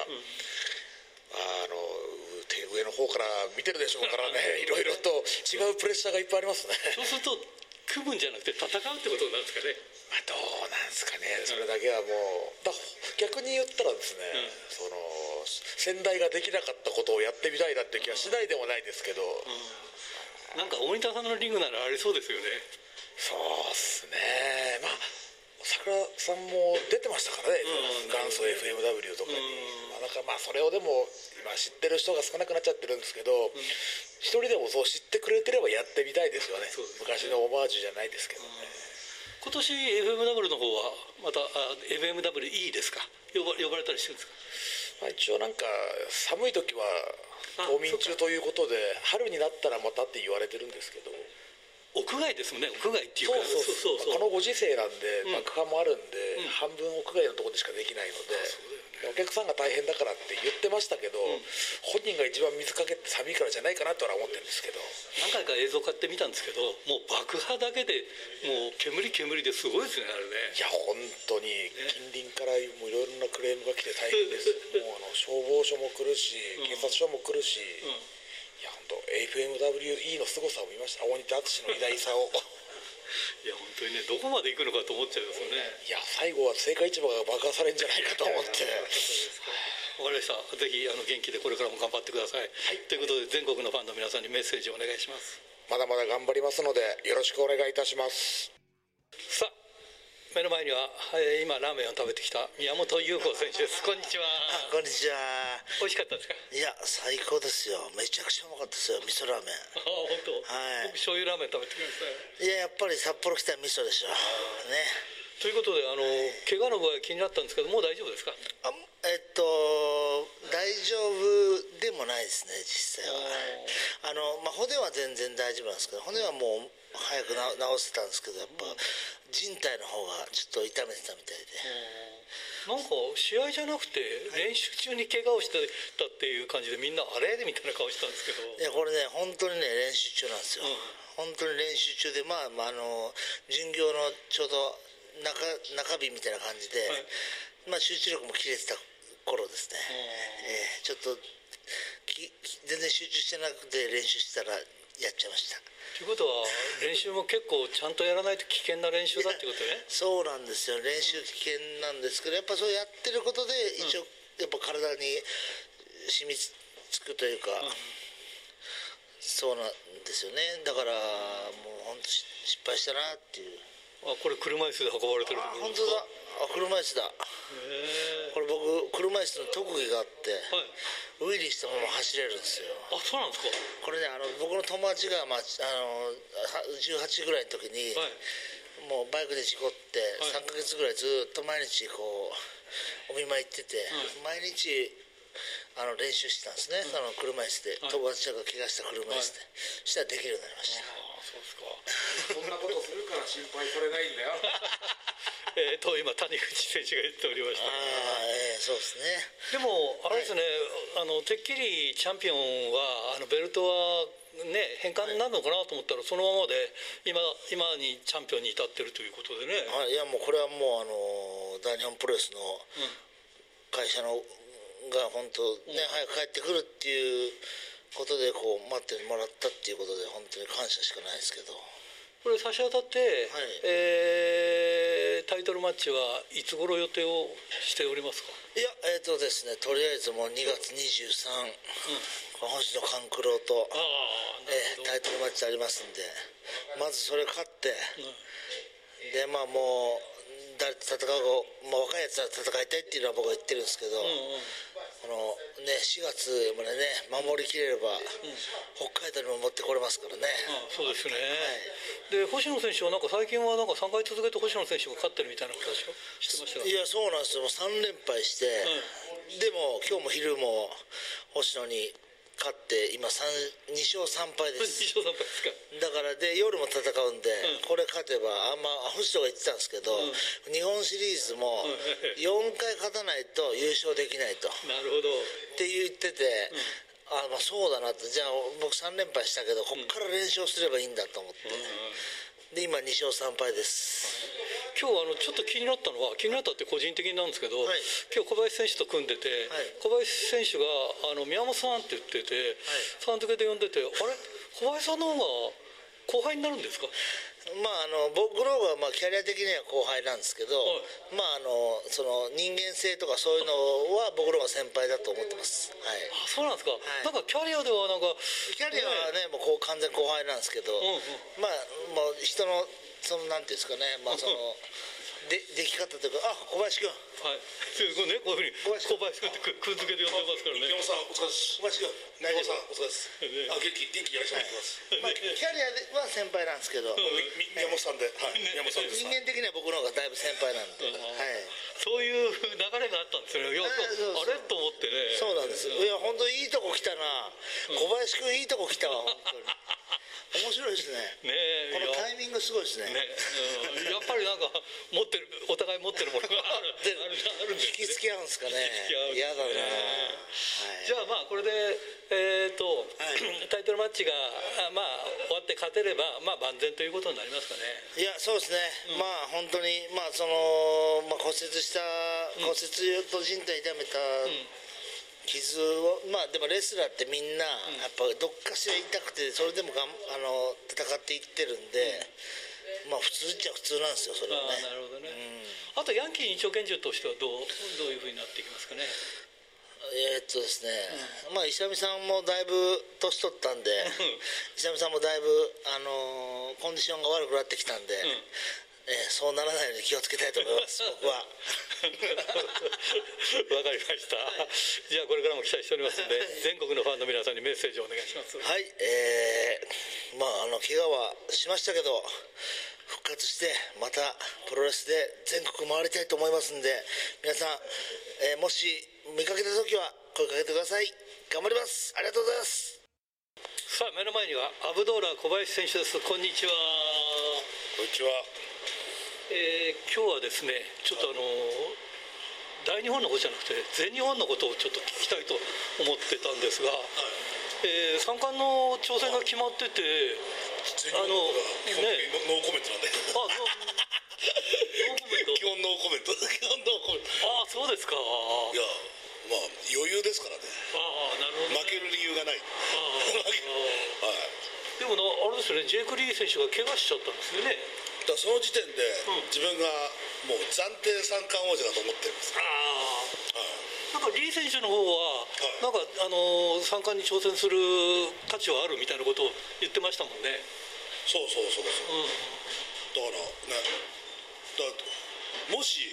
上の方から見てるでしょうからね。いろいろと違うプレッシャーがいっぱいありますね。 そうすると組むんじゃなくて戦うってことになるんですかね。 どうなんですかね。それだけはもう逆に言ったらですね、その先代ができなかったことをやってみたいなって気はしないでもないですけど、 なんか大仁田さんのリングならありそうですよね。 そうっすね。桜さんも出てましたからね、元祖 FMW とかに。だからそれをでも今知ってる人が少なくなっちゃってるんですけど、一人でもそう知ってくれてればやってみたいですよね。昔のオマージュじゃないですけどね。 今年 FMW の方はまたFMWE ですか、呼ばれたりしてるんですか。 一応なんか寒い時は冬眠中ということで、春になったらまたって言われてるんですけど。 屋外ですもんね。屋外っていうか、 そうこのご時世なんで爆破もあるんで、半分屋外のところでしかできないので、お客さんが大変だからって言ってましたけど、本人が一番水かけて寒いからじゃないかなとは思ってるんですけど。 何回か映像買ってみたんですけど、もう爆破だけでもう煙ですごいですね、あれね。 いや本当に近隣からもういろいろなクレームが来て大変です。もう消防署も来るし、警察署も来るし、いや本当 FMWE の凄さを見ました。大仁田敦の偉大さを。 いや本当にね、どこまで行くのかと思っちゃいますよね。 いや最後は青果市場が爆破されるんじゃないかと思って。 わかりました。ぜひ元気でこれからも頑張ってください。ということで全国のファンの皆さんにメッセージをお願いします。 まだまだ頑張りますのでよろしくお願いいたします。 さあ目の前には、今ラーメンを食べてきた宮本優子選手です。こんにちは。 こんにちは。 美味しかったですか？ いや最高ですよ。めちゃくちゃうまかったですよ、味噌ラーメン。 本当。はい。僕醤油ラーメン食べてきました。 いややっぱり札幌来たら味噌でしょね。 ということで怪我の具合気になったんですけど、もう大丈夫ですか？ 大丈夫でもないですね、実際は。骨は全然大丈夫なんですけど、骨はもう早く治せたんですけど、やっぱ人体の方がちょっと痛めてたみたいで。 なんか試合じゃなくて練習中に怪我をしてたっていう感じで、みんなあれみたいな顔したんですけど。 いやこれね本当にね練習中なんですよ。本当に練習中で、巡業のちょうど中日みたいな感じで、集中力も切れてた頃ですね。ちょっと全然集中してなくて練習したらやっちゃいました。 ということは練習も結構ちゃんとやらないと危険な練習だってことね。 そうなんですよ。練習危険なんですけど、やっぱそうやってることで一応やっぱ体に染みつくというか、そうなんですよね。だからもう本当失敗したなっていう。 これ車椅子で運ばれてる。 本当だ。車椅子だ。これ僕車椅子の特技があって、ウィリーしたまま走れるんですよ。 そうなんですか。 これね僕の友達が、18ぐらいの時に、もうバイクで事故って3ヶ月ぐらいずっと毎日こうお見舞い行ってて、毎日練習してたんですね、その車椅子で。友達が怪我した車椅子で、したらできるようになりました。 そうですか。 そんなことするから心配されないんだよ。 今谷口選手が言っておりました。 そうですね。 でもあれですね、てっきりチャンピオンはベルトはね返還になるのかなと思ったら、そのままで今にチャンピオンに至ってるということでね。 いやもうこれはもう大日本プロレスの会社のが本当ね、早く帰ってくるっていうことでこう待ってもらったっていうことで、本当に感謝しかないですけど。 これ差し当たって、タイトルマッチはいつ頃予定をしておりますか？ いやですね、とりあえずもう2月23、星野勘九郎とタイトルマッチありますんで、まずそれ勝って、でもう誰と戦うか、若いやつは戦いたいっていうのは僕は言ってるんですけど、4月までね守りきれれば、北海道にも持ってこれますからね。 そうですね。で星野選手は最近は3回続けて星野選手が勝ってるみたいな話をしてましたが。 いやそうなんですよ。3連敗して、でも今日も昼も星野に勝って今2勝3敗です。 2勝3敗ですか。 だからで夜も戦うんで、これ勝てば星野が言ってたんですけど、日本シリーズも4回勝たないと優勝できないと。 なるほど。 って言ってて、そうだなって、じゃあ僕3連敗したけどこっから連勝すればいいんだと思って、で今2勝3敗です。 今日ちょっと気になったって個人的なんですけど、今日小林選手と組んでて、小林選手が宮本さんって言ってて、さん付けで呼んでて、あれ小林さんの方が後輩になるんですか？ 僕の方がキャリア的には後輩なんですけど、その人間性とかそういうのは僕の方が先輩だと思ってます。 そうなんですか。キャリアではキャリアはねもう完全後輩なんですけど、もう人のなんていうんですかね、そのでき方というか、小林君。 すごいね、こういうふうに小林君ってくん付けで呼んでますからね。 宮本さんお疲れです。 小林君。 宮本さんお疲れです。元気やらせてもらってます。 キャリアは先輩なんですけど、 宮本さんで、宮本さんです。 人間的には僕の方がだいぶ先輩なんで、 そういう流れがあったんですよね。あれと思ってね。 そうなんです。いや本当にいいとこ来たな。小林君いいとこ来たわ本当に。面白いですね。このタイミングすごいですね。 やっぱりお互い持ってるものがあるんですね。 引きつけ合うんですかね。嫌だな。 じゃあこれでタイトルマッチが終わって勝てれば万全ということになりますかね。 いやそうですね。本当に骨折と靭帯痛めた傷をでもレスラーってみんなやっぱどっかしら痛くて、それでも戦っていってるんで、普通っちゃ普通なんですよそれはね。 なるほどね。あとヤンキー二丁拳銃としてはどういうふうになっていきますかね。 ですね、勇さんもだいぶ年取ったんで、勇さんもだいぶコンディションが悪くなってきたんで、 そうならないように気をつけたいと思います僕は。 わかりました。じゃあこれからも期待しておりますので、全国のファンの皆さんにメッセージをお願いします。 はい、怪我はしましたけど復活してまたプロレスで全国回りたいと思いますんで、皆さん、もし見かけた時は声かけてください。頑張ります。ありがとうございます。 さあ目の前にはアブドーラ小林選手です。こんにちは。 こんにちは。 今日はですね、ちょっと大日本のことじゃなくて全日本のことをちょっと聞きたいと思ってたんですが、三冠の挑戦が決まってて、 全日本のことはノーコメントなんで。 ノーコメント。 基本ノーコメント。 ああ、そうですか。 いや、まあ余裕ですからね。 ああ、なるほど、ね。 負ける理由がない。 はい。でもあれですよね、ジェイク・リー選手が怪我しちゃったんですよね。 だその時点で自分がもう暫定三冠王者だと思ってるんです。 なんかリー選手の方は、なんか三冠に挑戦する価値はあるみたいなことを言ってましたもんね。 そう、だからね、もし、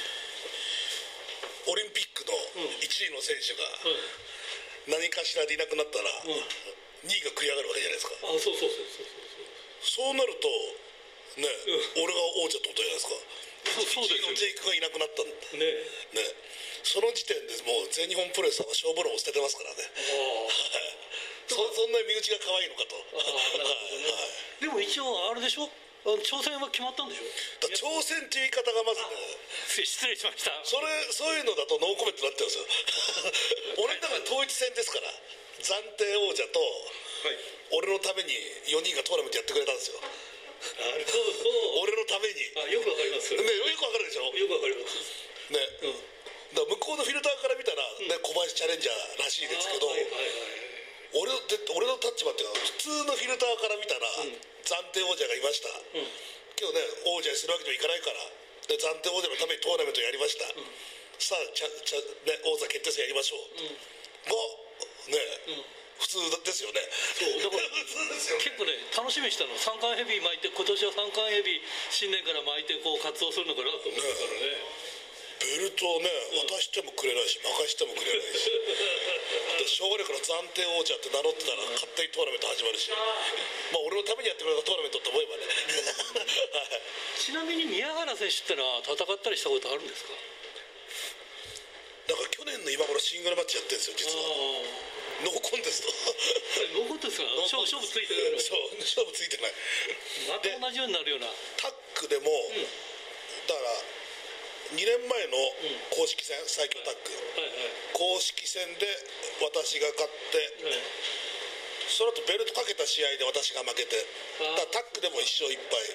オリンピックの1位の選手が何かしらでいなくなったら、2位が繰り上がるわけじゃないですか。そうなるとね、俺が王者ってことじゃないですか。1位のジェイクがいなくなったんだね。その時点でもう全日本プロレスさんは勝負論を捨ててますからね。そんなに身内が可愛いのかと。 でも一応あれでしょ、挑戦は決まったんでしょ。 挑戦っていう言い方がまずね、 失礼しました。 そういうのだとノーコメントになってるんですよ。俺の中で統一戦ですから、暫定王者と俺のために4人がトーナメントやってくれたんですよ。 なるほど。 俺のために。 よくわかりますね。 よくわかるでしょ。 よくわかりますね。だから向こうのフィルターから見たらね、小林チャレンジャーらしいですけど、俺の立場っていうのは普通のフィルターから見たら暫定王者がいました。けどね、王者にするわけにはいかないから、で暫定王者のためにトーナメントやりました。さあね、王座決定戦やりましょう。がね。普通ですよね。 そうだから結構ね、楽しみにしたの。三冠ヘビー巻いて、今年は三冠ヘビー新年から巻いてこう活動するのかなと思ってたからね。 ベルトをね、渡してもくれないし任してもくれないしでしょうがないから暫定王者って名乗ってたら勝手にトーナメント始まるし、まあ俺のためにやってくれたトーナメントって思えばねちなみに宮原選手ってのは戦ったりしたことあるんですか。 だから去年の今頃シングルマッチやってるんですよ実は。ノーコンテストノーコンテストが勝負ついてないの。 そう勝負ついてない。 また同じようになるようなタッグでも、だから2年前の公式戦、最強タッグ、公式戦で私が勝って、その後ベルトかけた試合で私が負けて、だからタッグでも1勝1敗。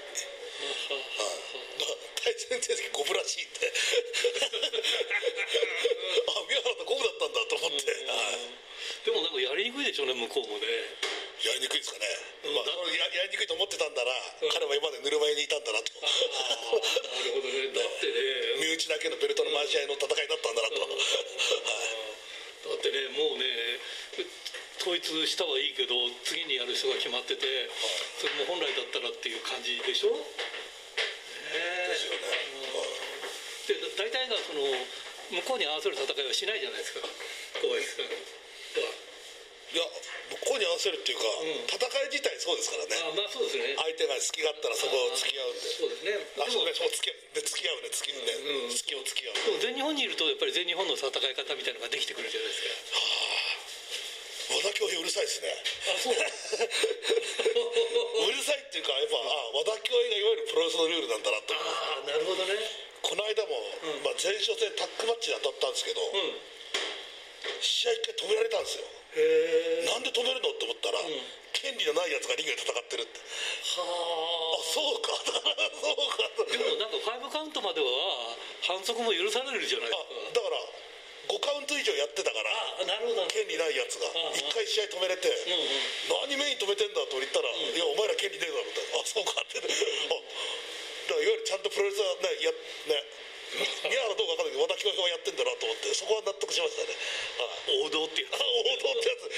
対戦成績五分らしいって宮原と五分だったんだと思って。 でもなんかやりにくいでしょうね、向こうもね。 やりにくいですかね。やりにくいと思ってたんだら、彼は今までぬるま湯にいたんだなと。 なるほどね。だってね、 身内だけのベルトの回し合いの戦いだったんだなと。 だってね、もうね、統一したはいいけど次にやる人が決まってて、それも本来だったらっていう感じでしょ。ですよね。で大体がその向こうに合わせる戦いはしないじゃないですか、小林さんは。 いや向こうに合わせるっていうか、戦い自体そうですからね。 まあそうですね。 相手が好きがあったらそこを付き合うんで。 そうですね。 付き合うね、付き合う。 でも全日本にいるとやっぱり全日本の戦い方みたいなのができてくるじゃないですか。 和田恭平うるさいですね。 そううるさいっていうか、やっぱ和田恭平がいわゆるプロレスのルールなんだなと。 なるほどね。 この間も、前哨戦タッグマッチで当たったんですけど、試合一回止められたんですよ。なんで止めるのって思ったら、権利のないやつがリングで戦ってるって。そうかでもなんか5カウントまでは反則も許されるじゃないですか。 だから5カウント以上やってたから、 なるほど、 権利ないやつが1回試合止めれて、何メイン止めてんだと言ったら、いやお前ら権利ねえだろって。そうかってだからいわゆるちゃんとプロレスはね宮原どうか分かんないけど和田恭平はやってんだなと思って、そこは納得しましたね。 王道ってやつ。 王道ってやつ。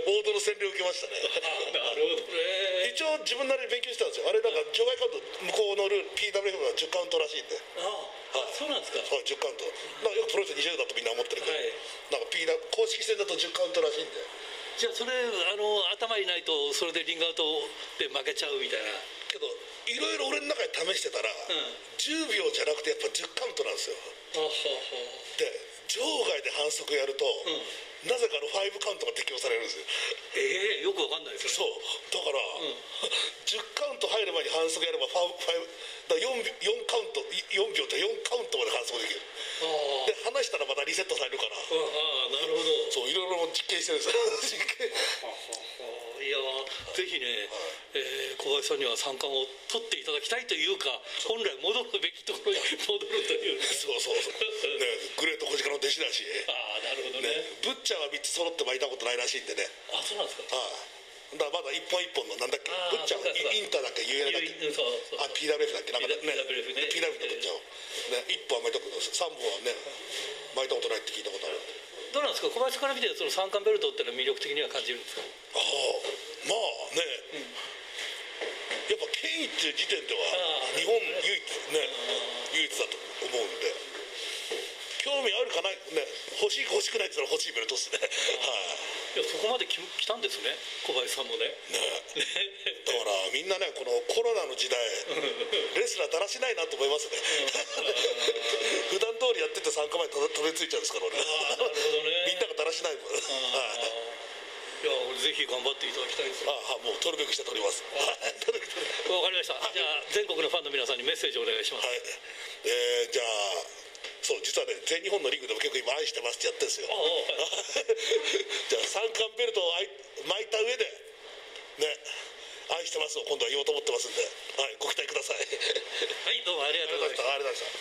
ードの洗礼を受けましたね。 なるほどね。 一応自分なりに勉強したんですよ。あれなんか除外カウント向こうのルール PWF が10カウントらしいんで。 そうなんですか。 はい、10カウント。なんかよくプロレス20だとみんな思ってるけど、なんか公式戦だと10カウントらしいんで。 じゃあそれ頭にないとそれでリングアウトで負けちゃうみたいな。 けどいろいろ俺の中で試してたら、10秒じゃなくてやっぱ10カウントなんですよ。で場外で反則やると、なぜか5カウントが適用されるんですよ。 よくわかんないですよ。そうだから、10カウント入る前に反則やれば4カウント4秒と4カウントまで反則できる。で離したらまたリセットされるから。 なるほど。 そういろいろ実験してるんですよ。 いやぜひね、小林さんには三冠を取っていただきたいというか、本来戻るべきところに戻るという、 そうね、グレート小鹿の弟子だし。 なるほどね。 ブッチャーは3つ揃って巻いたことないらしいんでね。 そうなんですか。 だからまだ一本一本のなんだっけ、ブッチャーインターだっけ UNA だっけ、PWF だっけ、なんかね PWF のブッチャーをね1本は巻いたことない、3本はね巻いたことないって聞いたことある。 どうなんですか、小林から見てその三冠ベルトってのは魅力的には感じるんですか。 まあね、やっぱ権威っていう時点では日本唯一だと思うんで、興味あるかないね、欲しくないって言ったら欲しいベルトですね。 いやそこまで来たんですね、小林さんもね。 だからみんなね、このコロナの時代レスラーだらしないなと思いますね。普段通りやってて3冠前飛びついちゃうんですから俺。なるほどね。みんながだらしないもん。 いやぜひ頑張っていただきたいです。 もう取るべくして取ります。 わかりました。じゃあ全国のファンの皆さんにメッセージをお願いします。 じゃあそう実はね、全日本のリングでも結構今愛してますってやってるんですよ。じゃあ三冠ベルトを巻いた上でね、愛してますを今度は言おうと思ってますんで、ご期待ください。 はい、どうもありがとうございました。 ありがとうございました。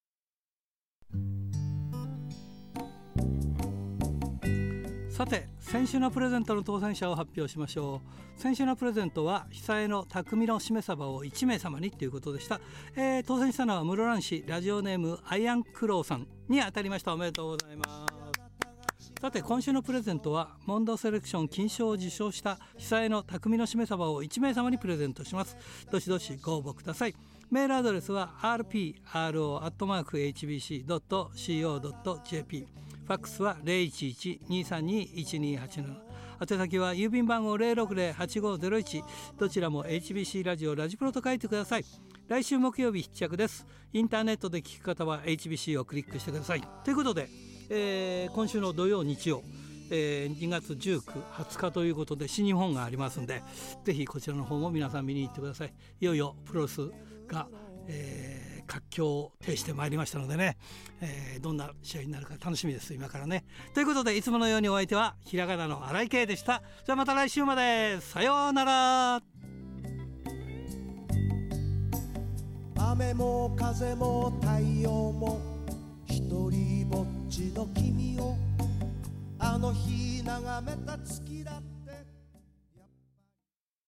さて先週のプレゼントの当選者を発表しましょう。先週のプレゼントは久江の匠のしめ鯖を1名様にということでした。当選したのは室蘭市ラジオネームアイアンクローさんに当たりました。おめでとうございます。さて今週のプレゼントはモンドセレクション金賞を受賞した久江の匠のしめ鯖を1名様にプレゼントします。どしどしご応募ください。メールアドレスは rpro@hbc.co.jp、ファックスは 011-232-1287、宛先は郵便番号 060-8501、どちらも HBC ラジオラジプロと書いてください。来週木曜日必着です。インターネットで聞く方は HBC をクリックしてください。ということで、今週の土曜日曜、2月19、20日ということで新日本がありますんで、ぜひこちらの方も皆さん見に行ってください。いよいよプロレスが、活況を呈してまいりましたのでね、どんな試合になるか楽しみです今からね。ということでいつものようにお相手はひらがなの新井圭でした。じゃあまた来週まで、さようなら。 雨も風も太陽も一人ぼっちの君をあの日眺めた月だった。